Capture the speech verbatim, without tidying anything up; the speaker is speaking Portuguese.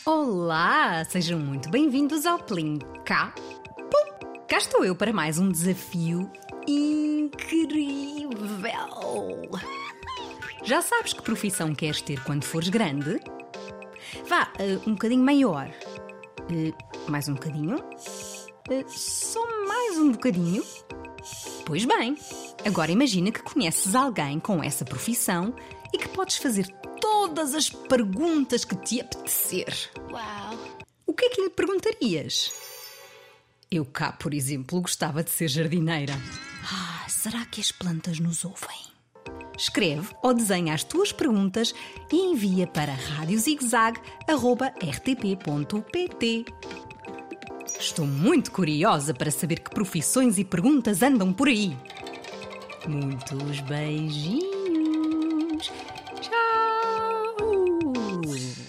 Olá, sejam muito bem-vindos ao Plim Cá. Pum, cá estou eu para mais um desafio incrível. Já sabes que profissão queres ter quando fores grande? Vá, uh, um bocadinho maior. Uh, mais um bocadinho. Uh, só mais um bocadinho. Pois bem, agora imagina que conheces alguém com essa profissão e que podes fazer todas as perguntas que te apetecer. Uau! O que é que lhe perguntarias? Eu cá, por exemplo, gostava de ser jardineira. Ah, será que as plantas nos ouvem? Escreve ou desenha as tuas perguntas e envia para radiozigzag arroba r t p ponto p t. Estou muito curiosa para saber que profissões e perguntas andam por aí. Muitos beijinhos. Tchau!